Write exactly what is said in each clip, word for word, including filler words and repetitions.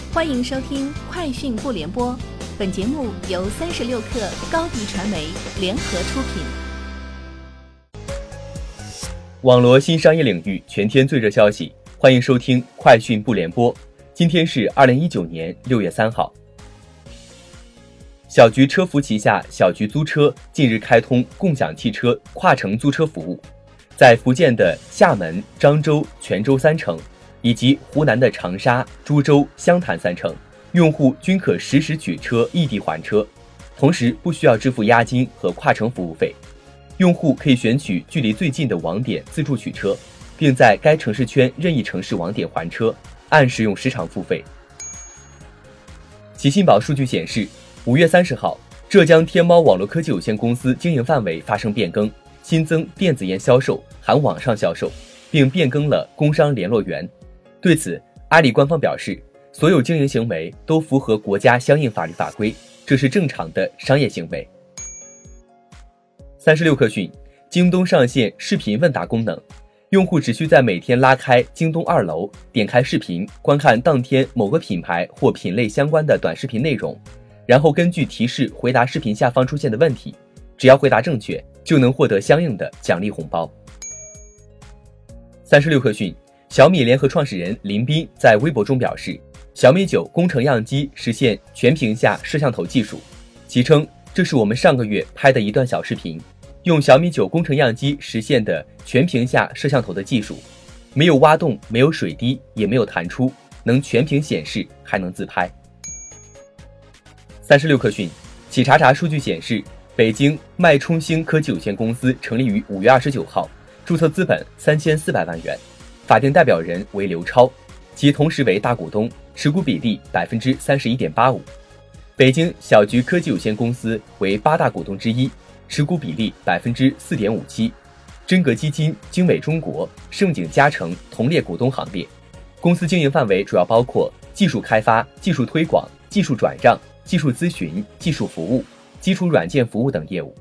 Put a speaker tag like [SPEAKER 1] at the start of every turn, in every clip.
[SPEAKER 1] 欢迎收听《快讯不联播》，本节目由三十六克高低传媒联合出品。
[SPEAKER 2] 网罗新商业领域全天最热消息，欢迎收听《快讯不联播》。今天是二零一九年六月三号。小桔车服旗下小桔租车近日开通共享汽车跨城租车服务，在福建的厦门、漳州、泉州三城，以及湖南的长沙、株洲、湘潭三城，用户均可实时取车异地还车，同时不需要支付押金和跨城服务费。用户可以选取距离最近的网点自助取车，并在该城市圈任意城市网点还车，按使用时长付费。启信宝数据显示，五月三十号，浙江天猫网络科技有限公司经营范围发生变更，新增电子烟销售含网上销售，并变更了工商联络员。对此，阿里官方表示，所有经营行为都符合国家相应法律法规，这是正常的商业行为。三十六氪讯，京东上线视频问答功能，用户只需在每天拉开京东二楼，点开视频，观看当天某个品牌或品类相关的短视频内容，然后根据提示回答视频下方出现的问题，只要回答正确，就能获得相应的奖励红包。三十六氪讯，小米联合创始人林斌在微博中表示，小米九工程样机实现全屏下摄像头技术，其称这是我们上个月拍的一段小视频，用小米九工程样机实现的全屏下摄像头的技术，没有挖洞，没有水滴，也没有弹出，能全屏显示，还能自拍。三十六氪讯，企查查数据显示，北京脉冲星科技有限公司成立于五月二十九号，注册资本三千四百万元，法定代表人为刘超，其同时为大股东，持股比例百分之三十一点八五。北京小桔科技有限公司为八大股东之一，持股比例百分之四点五七。真格基金、经纬中国、盛景嘉诚同列股东行列。公司经营范围主要包括技术开发、技术推广、技术转让、技术咨询、技术服务、基础软件服务等业务。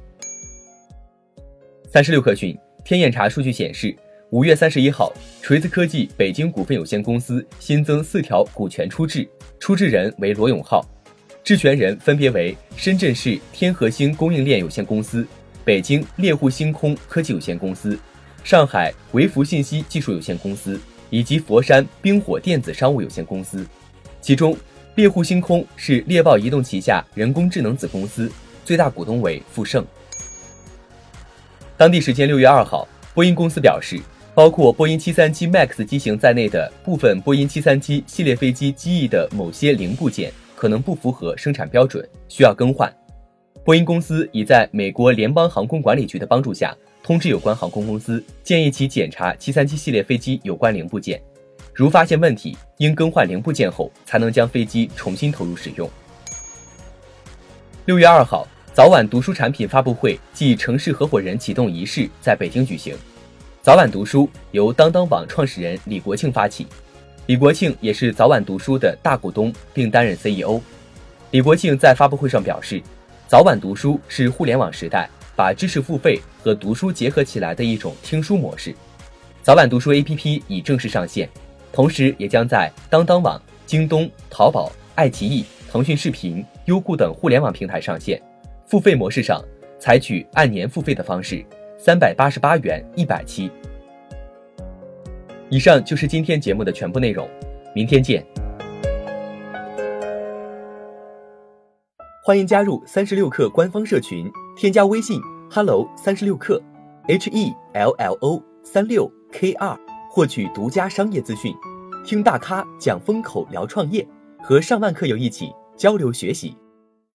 [SPEAKER 2] 三十六氪讯，天眼查数据显示，五月三十一号，锤子科技北京股份有限公司新增四条股权出质，出质人为罗永浩，质权人分别为深圳市天河星供应链有限公司、北京猎户星空科技有限公司、上海维孚信息技术有限公司以及佛山冰火电子商务有限公司。其中，猎户星空是猎豹移动旗下人工智能子公司，最大股东为富盛。当地时间六月二号，波音公司表示，包括波音七三七 MAX 机型在内的部分波音七三七系列飞机机翼的某些零部件可能不符合生产标准，需要更换。波音公司已在美国联邦航空管理局的帮助下，通知有关航空公司，建议其检查七三七系列飞机有关零部件，如发现问题，应更换零部件后才能将飞机重新投入使用。六月二号，早晚读书产品发布会暨城市合伙人启动仪式在北京举行。早晚读书由当当网创始人李国庆发起，李国庆也是早晚读书的大股东，并担任 C E O。 李国庆在发布会上表示，早晚读书是互联网时代把知识付费和读书结合起来的一种听书模式。早晚读书 A P P 已正式上线，同时也将在当当网、京东、淘宝、爱奇艺、腾讯视频、优酷等互联网平台上线。付费模式上采取按年付费的方式，三百八十八元一百期。以上就是今天节目的全部内容，明天见。欢迎加入三十六氪官方社群，添加微信 hello 三十六氪 H E L L O 三六 K 二，获取独家商业资讯，听大咖讲风口聊创业，和上万客友一起交流学习。